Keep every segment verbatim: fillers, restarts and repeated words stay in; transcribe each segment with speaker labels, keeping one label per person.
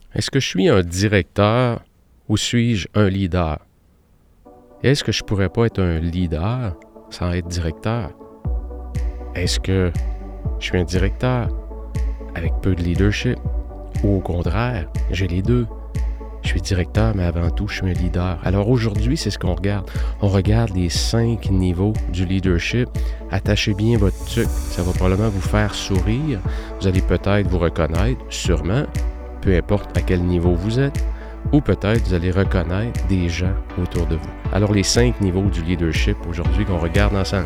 Speaker 1: Est-ce que je suis un directeur ou suis-je un leader? Est-ce que je pourrais pas être un leader sans être directeur? Est-ce que je suis un directeur avec peu de leadership? Ou au contraire, j'ai les deux. Je suis directeur, mais avant tout, je suis un leader. Alors aujourd'hui, c'est ce qu'on regarde. On regarde les cinq niveaux du leadership. Attachez bien votre tuque. Ça va probablement vous faire sourire. Vous allez peut-être vous reconnaître, sûrement, peu importe à quel niveau vous êtes. Ou peut-être vous allez reconnaître des gens autour de vous. Alors les cinq niveaux du leadership aujourd'hui qu'on regarde ensemble.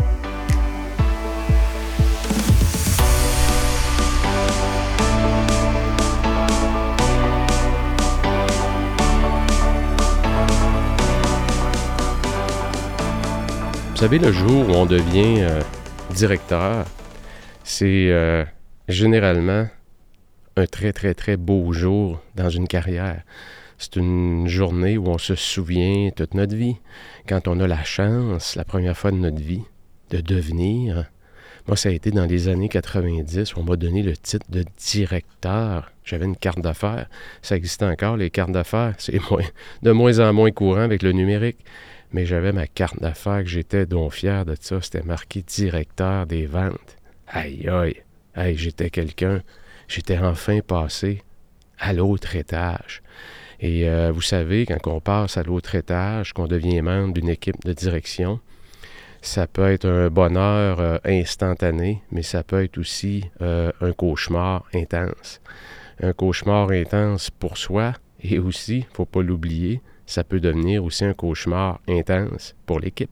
Speaker 1: Vous savez, le jour où on devient euh, directeur, c'est euh, généralement un très, très, très beau jour dans une carrière. C'est une journée où on se souvient toute notre vie. Quand on a la chance, la première fois de notre vie, de devenir... Moi, ça a été dans les années quatre-vingt-dix où on m'a donné le titre de directeur. J'avais une carte d'affaires. Ça existe encore, les cartes d'affaires. C'est moins, de moins en moins courant avec le numérique. Mais j'avais ma carte d'affaires que j'étais donc fier de ça. C'était marqué directeur des ventes. Aïe, aïe, aïe, j'étais quelqu'un. J'étais enfin passé à l'autre étage. Et euh, vous savez, quand on passe à l'autre étage, qu'on devient membre d'une équipe de direction, ça peut être un bonheur euh, instantané, mais ça peut être aussi euh, un cauchemar intense. Un cauchemar intense pour soi et aussi, il ne faut pas l'oublier, ça peut devenir aussi un cauchemar intense pour l'équipe.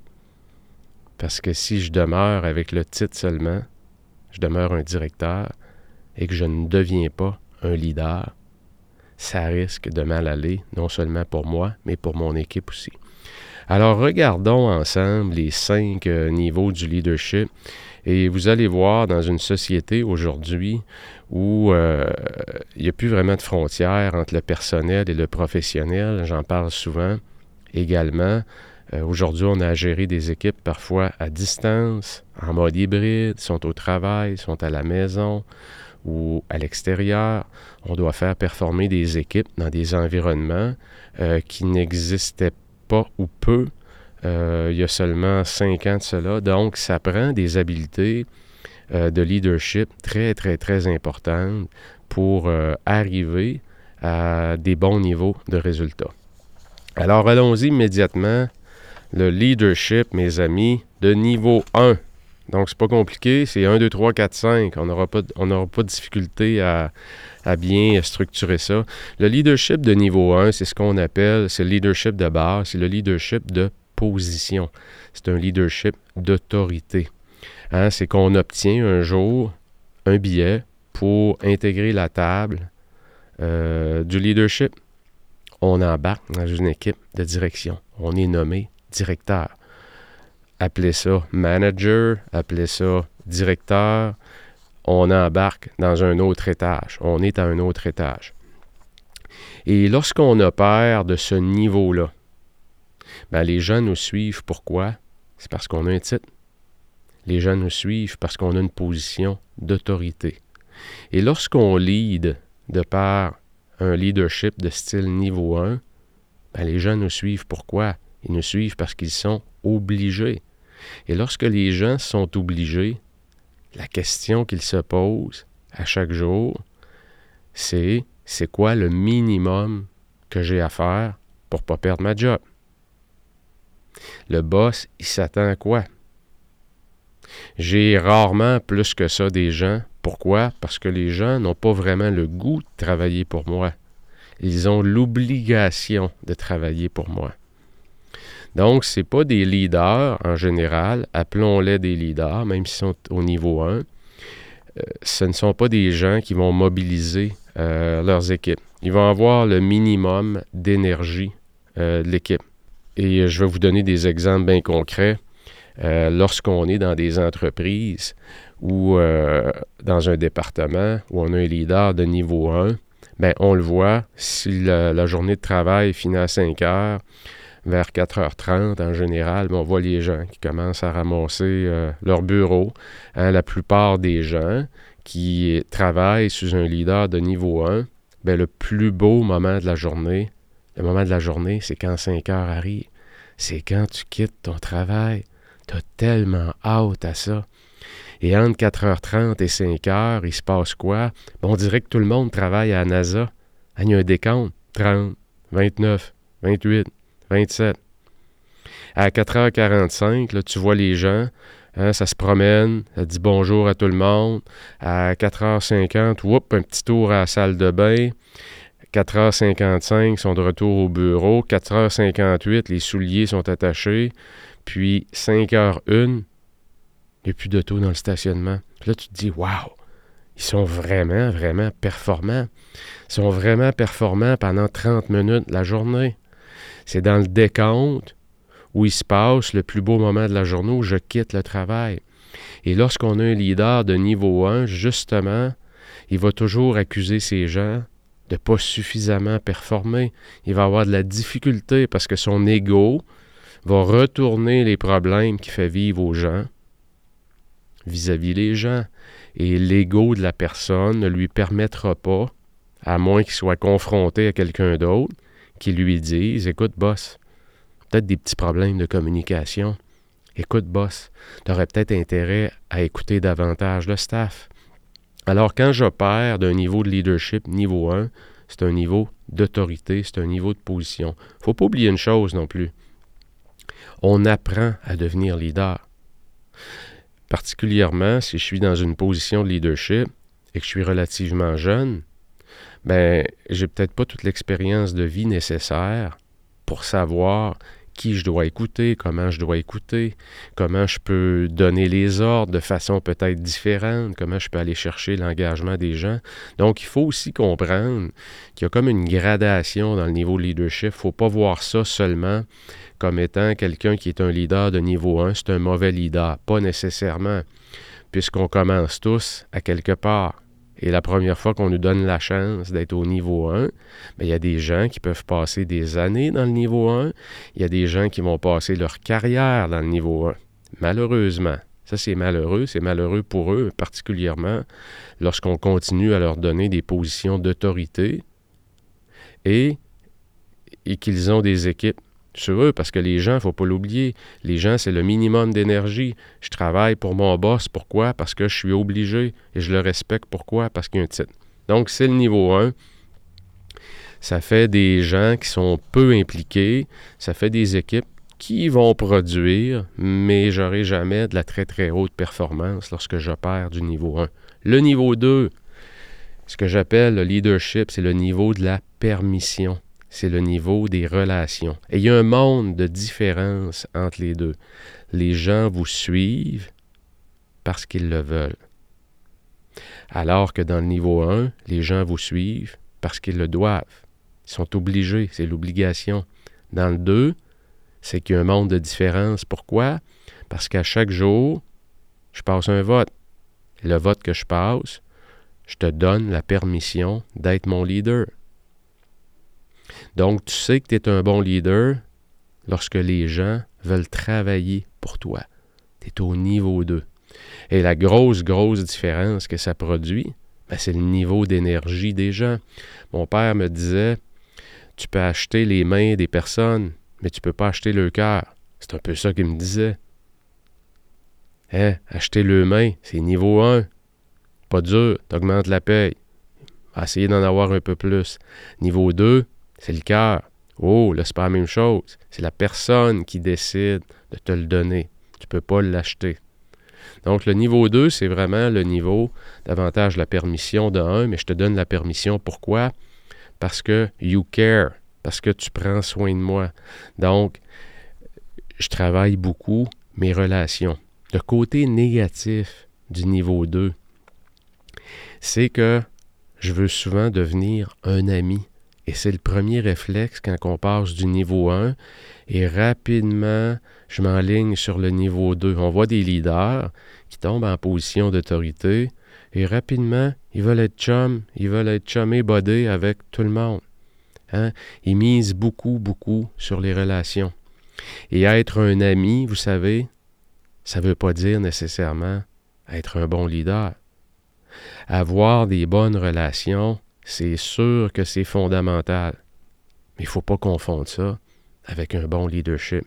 Speaker 1: Parce que si je demeure avec le titre seulement, je demeure un directeur et que je ne deviens pas un leader, ça risque de mal aller, non seulement pour moi, mais pour mon équipe aussi. Alors, regardons ensemble les cinq euh, niveaux du leadership et vous allez voir dans une société aujourd'hui où euh, il n'y a plus vraiment de frontières entre le personnel et le professionnel, j'en parle souvent également. Euh, aujourd'hui, on a à gérer des équipes parfois à distance, en mode hybride, sont au travail, sont à la maison ou à l'extérieur. On doit faire performer des équipes dans des environnements euh, qui n'existaient pas pas ou peu, euh, il y a seulement cinq ans de cela. Donc, ça prend des habiletés euh, de leadership très, très, très importantes pour euh, arriver à des bons niveaux de résultats. Alors, allons-y immédiatement. Le leadership, mes amis, de niveau un. Donc, c'est pas compliqué, c'est un, deux, trois, quatre, cinq. On n'aura pas, on n'aura pas de difficulté à, à bien structurer ça. Le leadership de niveau un, c'est ce qu'on appelle, c'est le leadership de base, c'est le leadership de position. C'est un leadership d'autorité. Hein, c'est qu'on obtient un jour un billet pour intégrer la table euh, du leadership. On embarque dans une équipe de direction. On est nommé directeur. Appelez ça manager, appelez ça directeur. On embarque dans un autre étage. On est à un autre étage. Et lorsqu'on opère de ce niveau-là, ben les gens nous suivent. Pourquoi? C'est parce qu'on a un titre. Les gens nous suivent parce qu'on a une position d'autorité. Et lorsqu'on lead de par un leadership de style niveau un, ben les gens nous suivent. Pourquoi? Ils nous suivent parce qu'ils sont obligés. Et lorsque les gens sont obligés, la question qu'ils se posent à chaque jour, c'est c'est quoi le minimum que j'ai à faire pour ne pas perdre ma job? Le boss, il s'attend à quoi? J'ai rarement plus que ça des gens. Pourquoi? Parce que les gens n'ont pas vraiment le goût de travailler pour moi. Ils ont l'obligation de travailler pour moi. Donc, ce n'est pas des leaders en général, appelons-les des leaders, même s'ils sont au niveau un. Euh, ce ne sont pas des gens qui vont mobiliser euh, leurs équipes. Ils vont avoir le minimum d'énergie euh, de l'équipe. Et je vais vous donner des exemples bien concrets. Euh, lorsqu'on est dans des entreprises ou euh, dans un département où on a un leader de niveau un, bien, on le voit, si la, la journée de travail finit à cinq heures, vers quatre heures trente, en général, on voit les gens qui commencent à ramasser euh, leur bureau. Hein, la plupart des gens qui travaillent sous un leader de niveau un ben, le plus beau moment de la journée, le moment de la journée, c'est quand cinq heures arrive. C'est quand tu quittes ton travail. Tu as tellement hâte à ça. Et entre quatre heures trente et cinq heures, il se passe quoi? Ben, on dirait que tout le monde travaille à la NASA. Il y a un décompte. trente, vingt-neuf, vingt-huit, vingt-sept. À quatre heures quarante-cinq, là, tu vois les gens, hein, ça se promène, ça dit bonjour à tout le monde. À quatre heures cinquante, whoop, un petit tour à la salle de bain. quatre heures cinquante-cinq, ils sont de retour au bureau. quatre heures cinquante-huit, les souliers sont attachés. Puis cinq heures une, il n'y a plus d'auto dans le stationnement. Puis là, tu te dis, waouh, ils sont vraiment, vraiment performants. Ils sont vraiment performants pendant trente minutes la journée. C'est dans le décompte où il se passe le plus beau moment de la journée où je quitte le travail. Et lorsqu'on a un leader de niveau un, justement, il va toujours accuser ces gens de ne pas suffisamment performer. Il va avoir de la difficulté parce que son ego va retourner les problèmes qu'il fait vivre aux gens vis-à-vis les gens. Et l'ego de la personne ne lui permettra pas, à moins qu'il soit confronté à quelqu'un d'autre, qui lui dise « Écoute, boss, peut-être des petits problèmes de communication. Écoute, boss, tu aurais peut-être intérêt à écouter davantage le staff. » Alors, quand j'opère d'un niveau de leadership niveau un, c'est un niveau d'autorité, c'est un niveau de position. Il ne faut pas oublier une chose non plus. On apprend à devenir leader. Particulièrement si je suis dans une position de leadership et que je suis relativement jeune, ben, j'ai peut-être pas toute l'expérience de vie nécessaire pour savoir qui je dois écouter, comment je dois écouter, comment je peux donner les ordres de façon peut-être différente, comment je peux aller chercher l'engagement des gens. Donc, il faut aussi comprendre qu'il y a comme une gradation dans le niveau de leadership. Il ne faut pas voir ça seulement comme étant quelqu'un qui est un leader de niveau un, c'est un mauvais leader. Pas nécessairement, puisqu'on commence tous à quelque part. Et la première fois qu'on nous donne la chance d'être au niveau un, bien, il y a des gens qui peuvent passer des années dans le niveau un. Il y a des gens qui vont passer leur carrière dans le niveau un. Malheureusement. Ça, c'est malheureux. C'est malheureux pour eux, particulièrement lorsqu'on continue à leur donner des positions d'autorité et, et qu'ils ont des équipes sur eux, parce que les gens, il ne faut pas l'oublier, les gens, c'est le minimum d'énergie. Je travaille pour mon boss. Pourquoi? Parce que je suis obligé et je le respecte. Pourquoi? Parce qu'il y a un titre. Donc, c'est le niveau un. Ça fait des gens qui sont peu impliqués. Ça fait des équipes qui vont produire, mais je n'aurai jamais de la très, très haute performance lorsque j'opère du niveau un. Le niveau deux, ce que j'appelle le leadership, c'est le niveau de la permission. C'est le niveau des relations. Et il y a un monde de différence entre les deux. Les gens vous suivent parce qu'ils le veulent. Alors que dans le niveau un, les gens vous suivent parce qu'ils le doivent. Ils sont obligés, c'est l'obligation. Dans le deux, c'est qu'il y a un monde de différence. Pourquoi? Parce qu'à chaque jour, je passe un vote. Le vote que je passe, je te donne la permission d'être mon leader. Donc, tu sais que tu es un bon leader lorsque les gens veulent travailler pour toi. Tu es au niveau deux. Et la grosse, grosse différence que ça produit, ben, c'est le niveau d'énergie des gens. Mon père me disait, tu peux acheter les mains des personnes, mais tu ne peux pas acheter le cœur. C'est un peu ça qu'il me disait. Hein? Acheter le main, c'est niveau un. Pas dur, tu augmentes la paye. Va essayer d'en avoir un peu plus. Niveau deux, c'est le cœur. Oh, là, c'est pas la même chose. C'est la personne qui décide de te le donner. Tu ne peux pas l'acheter. Donc, le niveau deux, c'est vraiment le niveau davantage la permission de un, mais je te donne la permission. Pourquoi? Parce que you care, parce que tu prends soin de moi. Donc, je travaille beaucoup mes relations. Le côté négatif du niveau deux, c'est que je veux souvent devenir un ami. Et c'est le premier réflexe quand on passe du niveau un et rapidement, je m'enligne sur le niveau deux. On voit des leaders qui tombent en position d'autorité et rapidement, ils veulent être chum, ils veulent être chumés, bodés avec tout le monde. Hein? Ils misent beaucoup, beaucoup sur les relations. Et être un ami, vous savez, ça ne veut pas dire nécessairement être un bon leader. Avoir des bonnes relations, c'est sûr que c'est fondamental. Mais il ne faut pas confondre ça avec un bon leadership.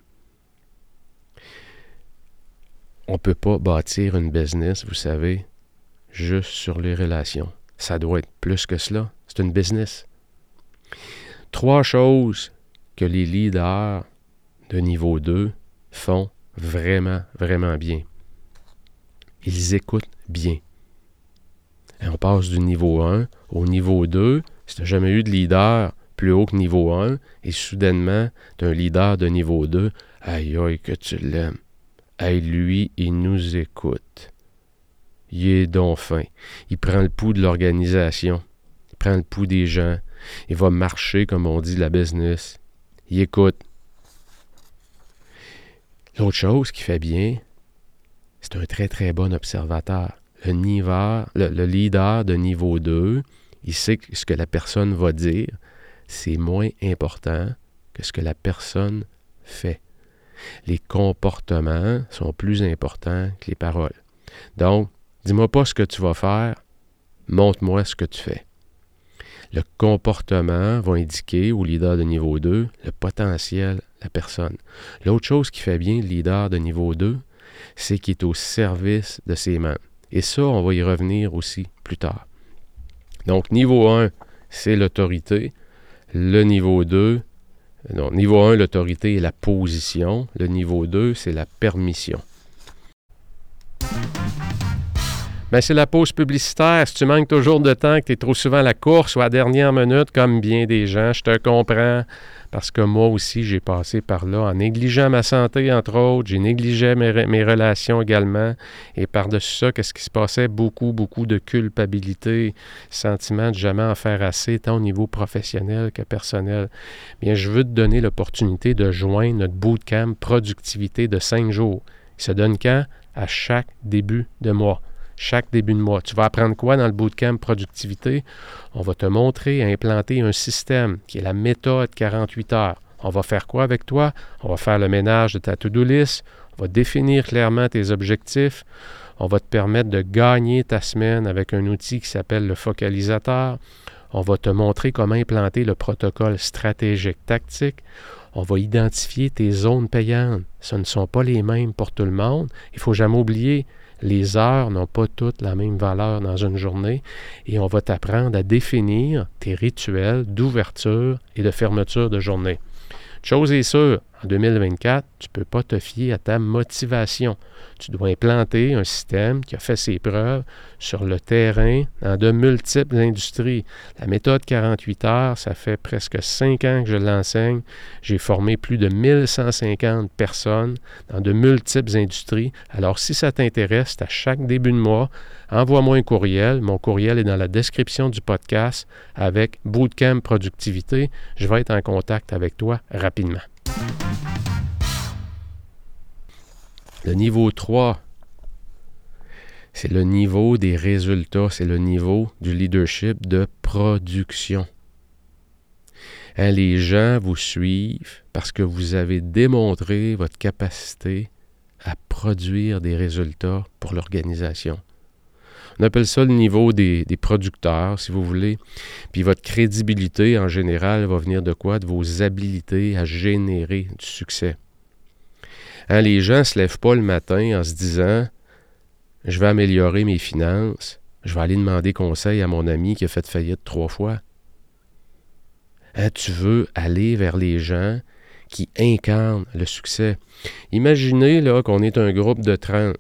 Speaker 1: On ne peut pas bâtir une business, vous savez, juste sur les relations. Ça doit être plus que cela. C'est une business. Trois choses que les leaders de niveau deux font vraiment, vraiment bien. Ils écoutent bien. Et on passe du niveau un au niveau deux. Si tu n'as jamais eu de leader plus haut que niveau un et soudainement, tu as un leader de niveau deux, aïe aïe que tu l'aimes. Hey, lui, il nous écoute. Il est donc fin. Il prend le pouls de l'organisation. Il prend le pouls des gens. Il va marcher, comme on dit, la business. Il écoute. L'autre chose qu'il fait bien, c'est un très, très bon observateur. Le, niveau, le, le leader de niveau deux, il sait que ce que la personne va dire, c'est moins important que ce que la personne fait. Les comportements sont plus importants que les paroles. Donc, dis-moi pas ce que tu vas faire, montre-moi ce que tu fais. Le comportement va indiquer au leader de niveau deux le potentiel de la personne. L'autre chose qui fait bien le leader de niveau deux, c'est qu'il est au service de ses membres. Et ça, on va y revenir aussi plus tard. Donc, niveau un, c'est l'autorité. Le niveau deux, donc, niveau un, l'autorité et la position. Le niveau deux, c'est la permission. Bien, c'est la pause publicitaire. Si tu manques toujours de temps, que tu es trop souvent à la course ou à la dernière minute, comme bien des gens, je te comprends. Parce que moi aussi, j'ai passé par là en négligeant ma santé, entre autres. J'ai négligé mes, mes relations également. Et par-dessus ça, qu'est-ce qui se passait? Beaucoup, beaucoup de culpabilité, sentiment de jamais en faire assez, tant au niveau professionnel que personnel. Bien, je veux te donner l'opportunité de joindre notre bootcamp productivité de cinq jours. Il se donne quand? À chaque début de mois. Chaque début de mois. Tu vas apprendre quoi dans le bootcamp productivité? On va te montrer à implanter un système qui est la méthode quarante-huit heures. On va faire quoi avec toi? On va faire le ménage de ta to-do list. On va définir clairement tes objectifs. On va te permettre de gagner ta semaine avec un outil qui s'appelle le focalisateur. On va te montrer comment implanter le protocole stratégique tactique. On va identifier tes zones payantes. Ce ne sont pas les mêmes pour tout le monde. Il ne faut jamais oublier, les heures n'ont pas toutes la même valeur dans une journée et on va t'apprendre à définir tes rituels d'ouverture et de fermeture de journée. Chose est sûre, en deux mille vingt-quatre, tu ne peux pas te fier à ta motivation. Tu dois implanter un système qui a fait ses preuves sur le terrain dans de multiples industries. La méthode quarante-huit heures, ça fait presque cinq ans que je l'enseigne. J'ai formé plus de mille cent cinquante personnes dans de multiples industries. Alors, si ça t'intéresse, à chaque début de mois, envoie-moi un courriel. Mon courriel est dans la description du podcast avec Bootcamp Productivité. Je vais être en contact avec toi rapidement. Le niveau trois, c'est le niveau des résultats, c'est le niveau du leadership de production. Hein, les gens vous suivent parce que vous avez démontré votre capacité à produire des résultats pour l'organisation. On appelle ça le niveau des, des producteurs, si vous voulez. Puis votre crédibilité, en général, va venir de quoi? De vos habiletés à générer du succès. Hein, les gens ne se lèvent pas le matin en se disant « Je vais améliorer mes finances, je vais aller demander conseil à mon ami qui a fait faillite trois fois. » Hein, tu veux aller vers les gens qui incarnent le succès. Imaginez là, qu'on est un groupe de trente.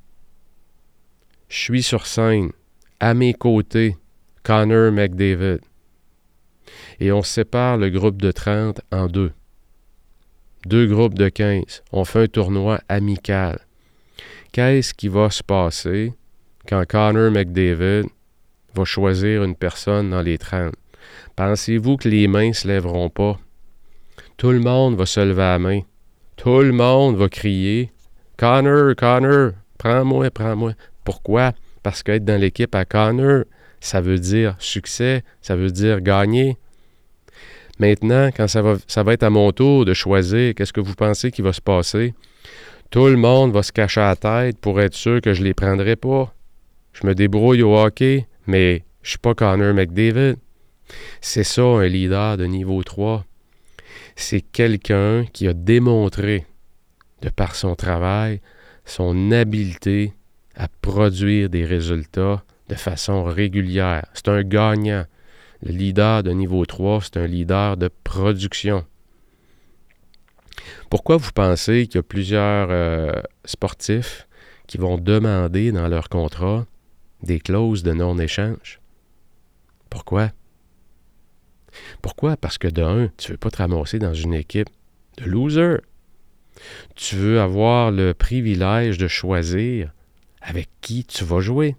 Speaker 1: Je suis sur scène, à mes côtés, Connor McDavid. Et on sépare le groupe de trente en deux. Deux groupes de quinze. On fait un tournoi amical. Qu'est-ce qui va se passer quand Connor McDavid va choisir une personne dans les trente? Pensez-vous que les mains ne se lèveront pas? Tout le monde va se lever à la main. Tout le monde va crier « Connor, Connor, prends-moi, prends-moi ». Pourquoi? Parce qu'être dans l'équipe à Connor, ça veut dire succès, ça veut dire gagner. Maintenant, quand ça va, ça va être à mon tour de choisir, qu'est-ce que vous pensez qui va se passer? Tout le monde va se cacher à la tête pour être sûr que je ne les prendrai pas. Je me débrouille au hockey, mais je ne suis pas Connor McDavid. C'est ça, un leader de niveau trois. C'est quelqu'un qui a démontré, de par son travail, son habileté à produire des résultats de façon régulière. C'est un gagnant. Le leader de niveau trois, c'est un leader de production. Pourquoi vous pensez qu'il y a plusieurs euh, sportifs qui vont demander dans leur contrat des clauses de non-échange? Pourquoi? Pourquoi? Parce que d'un, tu ne veux pas te ramasser dans une équipe de losers. Tu veux avoir le privilège de choisir avec qui tu vas jouer.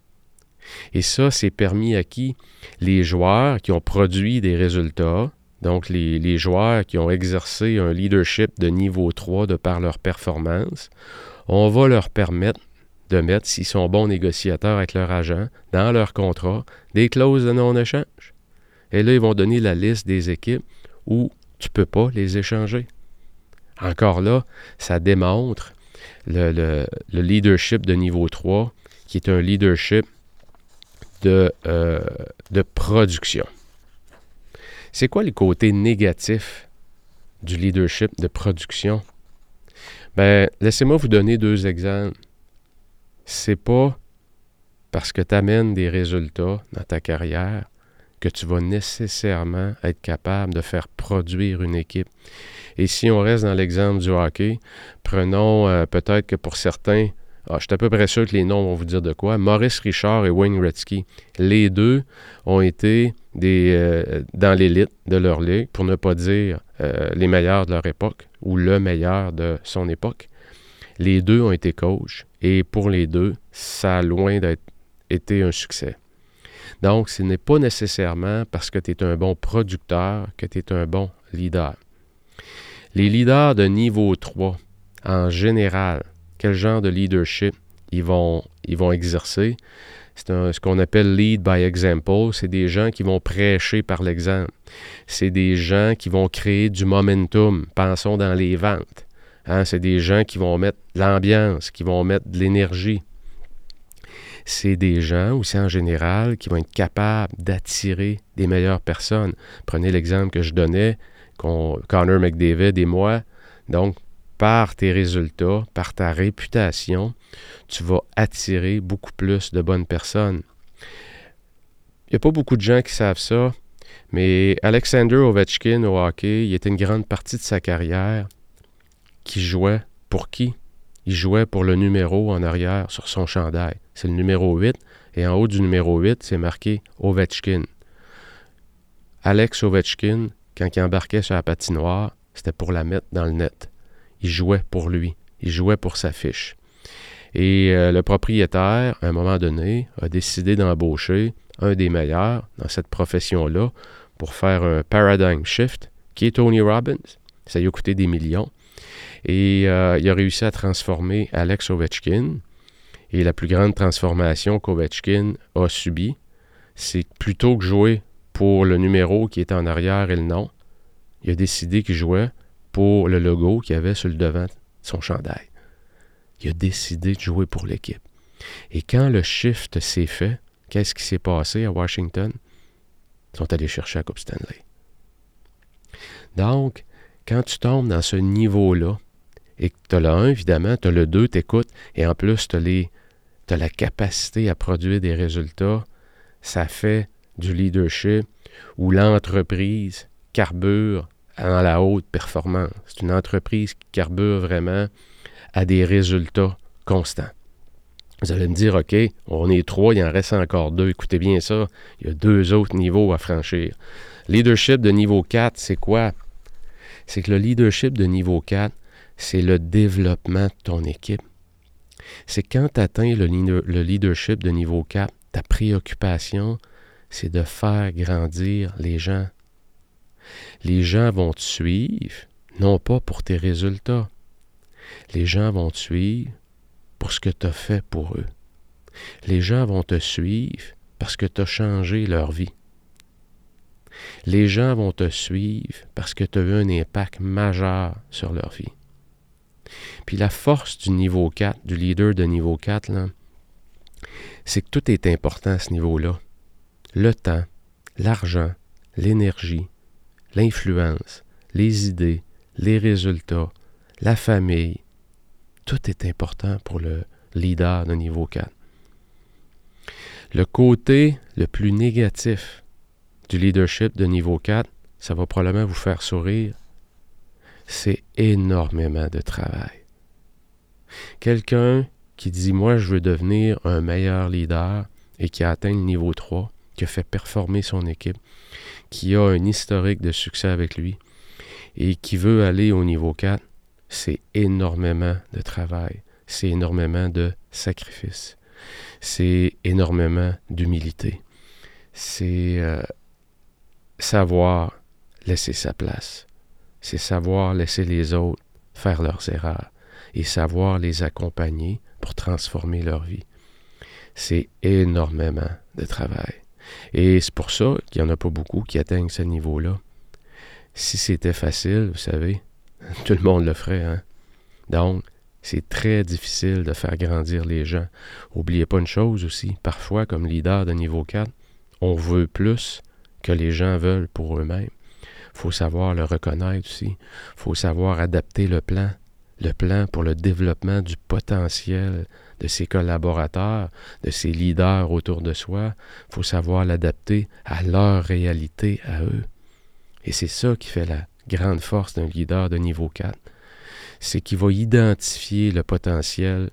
Speaker 1: Et ça, c'est permis à qui? Les joueurs qui ont produit des résultats, donc les, les joueurs qui ont exercé un leadership de niveau trois de par leur performance, on va leur permettre de mettre, s'ils sont bons négociateurs avec leur agent, dans leur contrat, des clauses de non-échange. Et là, ils vont donner la liste des équipes où tu ne peux pas les échanger. Encore là, ça démontre le, le, le leadership de niveau trois, qui est un leadership de, euh, de production. C'est quoi les côtés négatifs du leadership de production? Bien, laissez-moi vous donner deux exemples. C'est pas parce que tu amènes des résultats dans ta carrière que tu vas nécessairement être capable de faire produire une équipe. Et si on reste dans l'exemple du hockey, prenons euh, peut-être que pour certains, ah, je suis à peu près sûr que les noms vont vous dire de quoi, Maurice Richard et Wayne Gretzky. Les deux ont été des, euh, dans l'élite de leur ligue, pour ne pas dire euh, les meilleurs de leur époque ou le meilleur de son époque. Les deux ont été coachs et pour les deux, ça a loin d'être été un succès. Donc, ce n'est pas nécessairement parce que tu es un bon producteur que tu es un bon leader. Les leaders de niveau trois, en général, quel genre de leadership ils vont, ils vont exercer? C'est un, ce qu'on appelle « lead by example ». C'est des gens qui vont prêcher par l'exemple. C'est des gens qui vont créer du momentum. Pensons dans les ventes. Hein? C'est des gens qui vont mettre de l'ambiance, qui vont mettre de l'énergie. C'est des gens aussi en général qui vont être capables d'attirer des meilleures personnes. Prenez l'exemple que je donnais, qu'on, Connor McDavid et moi. Donc, par tes résultats, par ta réputation, tu vas attirer beaucoup plus de bonnes personnes. Il n'y a pas beaucoup de gens qui savent ça, mais Alexander Ovechkin au hockey, il était une grande partie de sa carrière qui jouait pour qui? Il jouait pour le numéro en arrière sur son chandail. C'est le numéro huit, et en haut du numéro huit, c'est marqué Ovechkin. Alex Ovechkin, quand il embarquait sur la patinoire, c'était pour la mettre dans le net. Il jouait pour lui. Il jouait pour sa fiche. Et euh, le propriétaire, à un moment donné, a décidé d'embaucher un des meilleurs dans cette profession-là pour faire un paradigm shift, qui est Tony Robbins. Ça lui a coûté des millions. Et euh, il a réussi à transformer Alex Ovechkin. Et la plus grande transformation qu'Ovechkin a subie, c'est plutôt que jouer pour le numéro qui était en arrière et le nom, il a décidé qu'il jouait pour le logo qu'il y avait sur le devant de son chandail. Il a décidé de jouer pour l'équipe. Et quand le shift s'est fait, qu'est-ce qui s'est passé à Washington? Ils sont allés chercher la Coupe Stanley. Donc, quand tu tombes dans ce niveau-là, et que tu as le un, évidemment, tu as le deux, tu écoutes, et en plus, tu as, les, tu as la capacité à produire des résultats, ça fait du leadership où l'entreprise carbure dans la haute performance. C'est une entreprise qui carbure vraiment à des résultats constants. Vous allez me dire, OK, on est trois, il en reste encore deux. Écoutez bien ça, il y a deux autres niveaux à franchir. Leadership de niveau quatre, c'est quoi? C'est que le leadership de niveau quatre, c'est le développement de ton équipe. C'est quand tu atteins le, le leadership de niveau quatre, ta préoccupation, c'est de faire grandir les gens. Les gens vont te suivre, non pas pour tes résultats. Les gens vont te suivre pour ce que tu as fait pour eux. Les gens vont te suivre parce que tu as changé leur vie. Les gens vont te suivre parce que tu as eu un impact majeur sur leur vie. Puis la force du niveau quatre, du leader de niveau quatre, là, c'est que tout est important à ce niveau-là. Le temps, l'argent, l'énergie, l'influence, les idées, les résultats, la famille, tout est important pour le leader de niveau quatre. Le côté le plus négatif du leadership de niveau quatre, ça va probablement vous faire sourire, c'est énormément de travail. Quelqu'un qui dit « Moi, je veux devenir un meilleur leader » et qui a atteint le niveau trois, qui a fait performer son équipe, qui a un historique de succès avec lui et qui veut aller au niveau quatre, c'est énormément de travail, c'est énormément de sacrifice, c'est énormément d'humilité, c'est euh, savoir laisser sa place, c'est savoir laisser les autres faire leurs erreurs et savoir les accompagner pour transformer leur vie. C'est énormément de travail. Et c'est pour ça qu'il n'y en a pas beaucoup qui atteignent ce niveau-là. Si c'était facile, vous savez, tout le monde le ferait, hein? Donc, c'est très difficile de faire grandir les gens. N'oubliez pas une chose aussi, parfois, comme leader de niveau quatre, on veut plus que les gens veulent pour eux-mêmes. Il faut savoir le reconnaître aussi. Il faut savoir adapter le plan. Le plan pour le développement du potentiel de ses collaborateurs, de ses leaders autour de soi. Il faut savoir l'adapter à leur réalité, à eux. Et c'est ça qui fait la grande force d'un leader de niveau quatre. C'est qu'il va identifier le potentiel,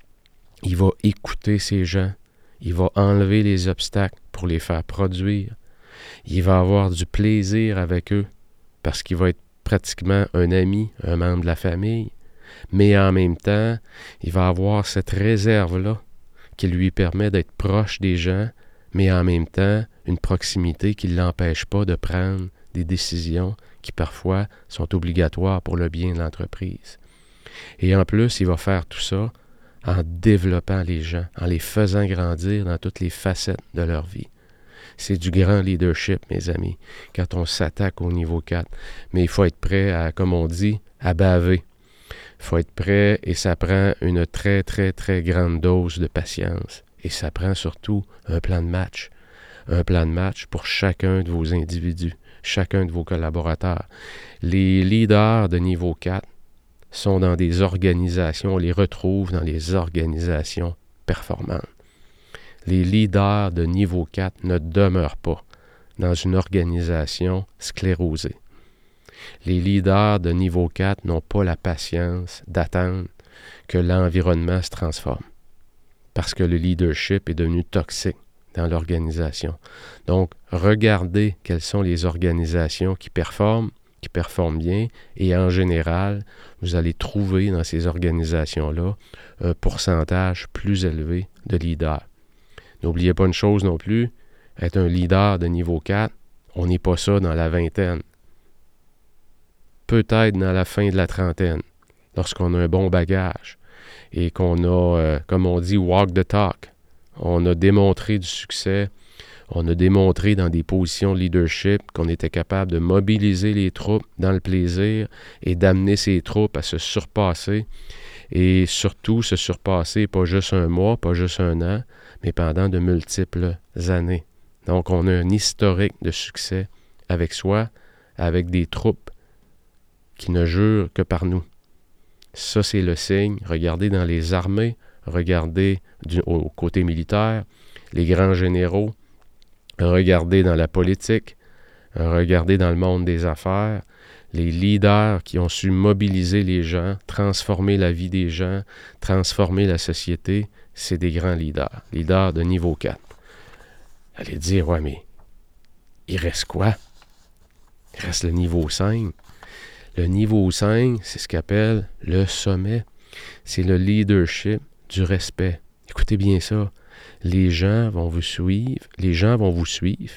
Speaker 1: il va écouter ces gens, il va enlever les obstacles pour les faire produire, il va avoir du plaisir avec eux parce qu'il va être pratiquement un ami, un membre de la famille, mais en même temps, il va avoir cette réserve-là qui lui permet d'être proche des gens, mais en même temps, une proximité qui ne l'empêche pas de prendre des décisions qui parfois sont obligatoires pour le bien de l'entreprise. Et en plus, il va faire tout ça en développant les gens, en les faisant grandir dans toutes les facettes de leur vie. C'est du grand leadership, mes amis, quand on s'attaque au niveau quatre. Mais il faut être prêt à, comme on dit, à baver. Il faut être prêt et ça prend une très, très, très grande dose de patience. Et ça prend surtout un plan de match. Un plan de match pour chacun de vos individus, chacun de vos collaborateurs. Les leaders de niveau quatre sont dans des organisations, on les retrouve dans les organisations performantes. Les leaders de niveau quatre ne demeurent pas dans une organisation sclérosée. Les leaders de niveau quatre n'ont pas la patience d'attendre que l'environnement se transforme parce que le leadership est devenu toxique dans l'organisation. Donc, regardez quelles sont les organisations qui performent, qui performent bien, et en général, vous allez trouver dans ces organisations-là un pourcentage plus élevé de leaders. N'oubliez pas une chose non plus, être un leader de niveau quatre, on n'est pas ça dans la vingtaine. Peut-être dans la fin de la trentaine, lorsqu'on a un bon bagage et qu'on a, euh, comme on dit, walk the talk. On a démontré du succès, on a démontré dans des positions de leadership qu'on était capable de mobiliser les troupes dans le plaisir et d'amener ces troupes à se surpasser et surtout se surpasser pas juste un mois, pas juste un an, mais pendant de multiples années. Donc, on a un historique de succès avec soi, avec des troupes qui ne jurent que par nous. Ça, c'est le signe. Regardez dans les armées, regardez du, au côté militaire, les grands généraux, regardez dans la politique, regardez dans le monde des affaires, les leaders qui ont su mobiliser les gens, transformer la vie des gens, transformer la société, c'est des grands leaders, leaders de niveau quatre. Allez dire, ouais, mais il reste quoi? Il reste le niveau cinq. Le niveau cinq, c'est ce qu'appelle le sommet. C'est le leadership du respect. Écoutez bien ça. Les gens vont vous suivre, les gens vont vous suivre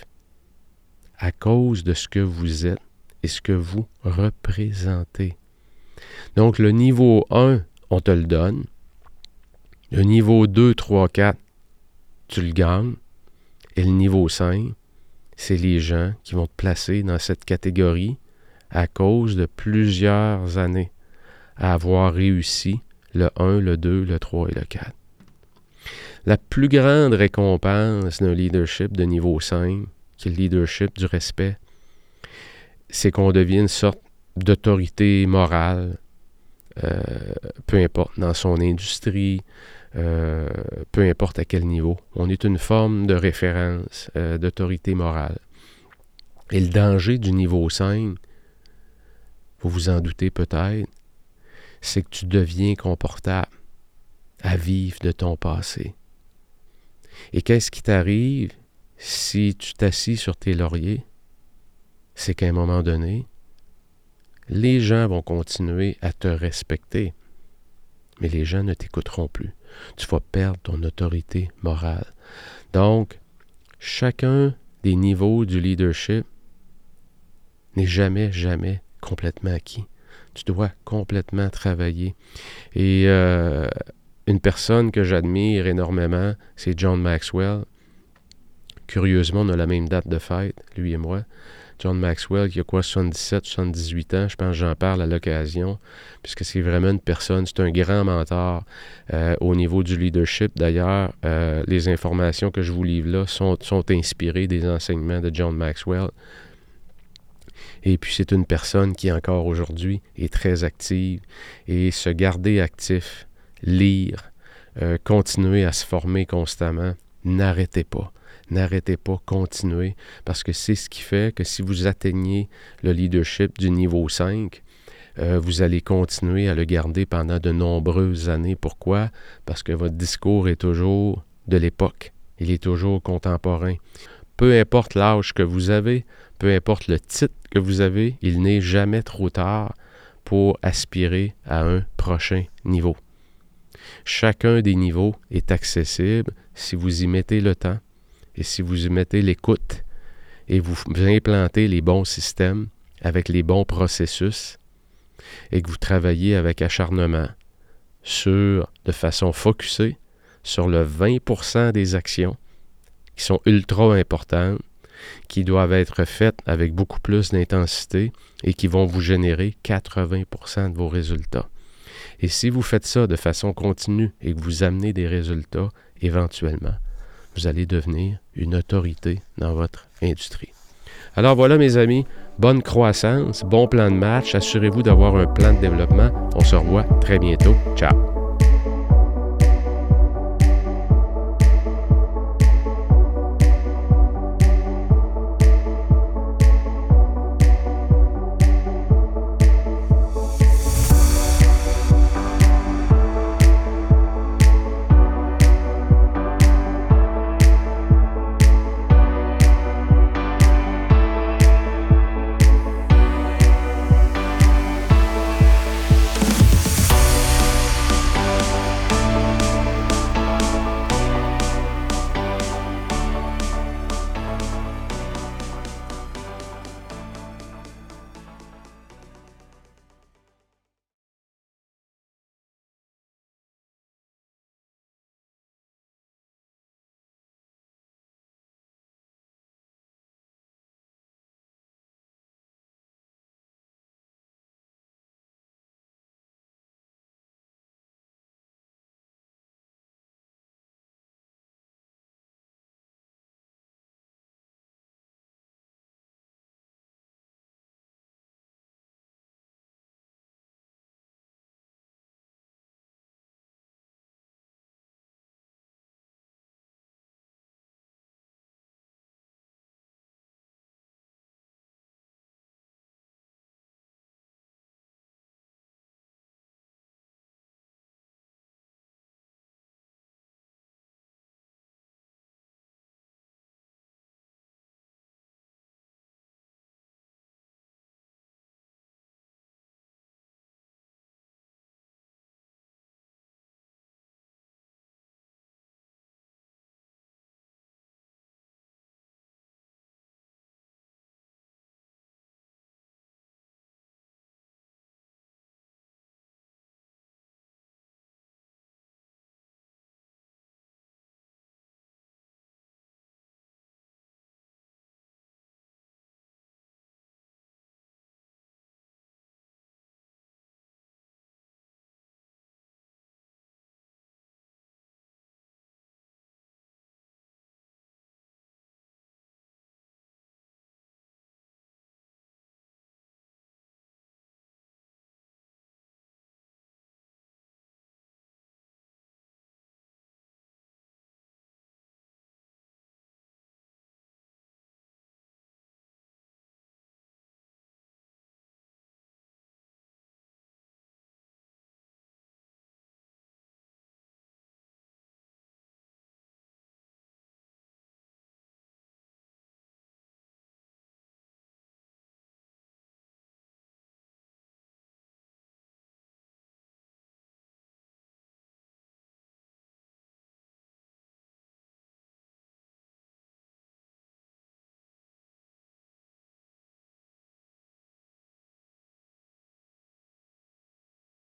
Speaker 1: à cause de ce que vous êtes et ce que vous représentez. Donc, le niveau un, on te le donne. Le niveau deux, trois, quatre, tu le gagnes. Et le niveau cinq, c'est les gens qui vont te placer dans cette catégorie à cause de plusieurs années à avoir réussi le un, le deux, le trois et le quatre. La plus grande récompense d'un leadership de niveau cinq, qui est le leadership, du respect, c'est qu'on devient une sorte d'autorité morale, euh, peu importe, dans son industrie, euh, peu importe à quel niveau. On est une forme de référence, euh, d'autorité morale. Et le danger du niveau cinq, vous vous en doutez peut-être, c'est que tu deviens confortable à vivre de ton passé. Et qu'est-ce qui t'arrive si tu t'assis sur tes lauriers? C'est qu'à un moment donné, les gens vont continuer à te respecter, mais les gens ne t'écouteront plus. Tu vas perdre ton autorité morale. Donc, chacun des niveaux du leadership n'est jamais, jamais complètement acquis. Tu dois complètement travailler. Et euh, une personne que j'admire énormément, c'est John Maxwell. Curieusement, on a la même date de fête, lui et moi. John Maxwell, qui a quoi, soixante-dix-sept, soixante-dix-huit ans, je pense que j'en parle à l'occasion, puisque c'est vraiment une personne, c'est un grand mentor euh, au niveau du leadership. D'ailleurs, euh, les informations que je vous livre là sont, sont inspirées des enseignements de John Maxwell. Et puis, c'est une personne qui, encore aujourd'hui, est très active. Et se garder actif, lire, euh, continuer à se former constamment, n'arrêtez pas. N'arrêtez pas, continuez, parce que c'est ce qui fait que si vous atteignez le leadership du niveau cinq, euh, vous allez continuer à le garder pendant de nombreuses années. Pourquoi? Parce que votre discours est toujours de l'époque. Il est toujours contemporain. Peu importe l'âge que vous avez, peu importe le titre que vous avez, il n'est jamais trop tard pour aspirer à un prochain niveau. Chacun des niveaux est accessible si vous y mettez le temps et si vous y mettez l'écoute et vous implantez les bons systèmes avec les bons processus et que vous travaillez avec acharnement sur, de façon focusée, sur le vingt pour cent des actions qui sont ultra importantes, qui doivent être faites avec beaucoup plus d'intensité et qui vont vous générer quatre-vingts pour cent de vos résultats. Et si vous faites ça de façon continue et que vous amenez des résultats, éventuellement, vous allez devenir une autorité dans votre industrie. Alors voilà mes amis, bonne croissance, bon plan de match, assurez-vous d'avoir un plan de développement. On se revoit très bientôt. Ciao!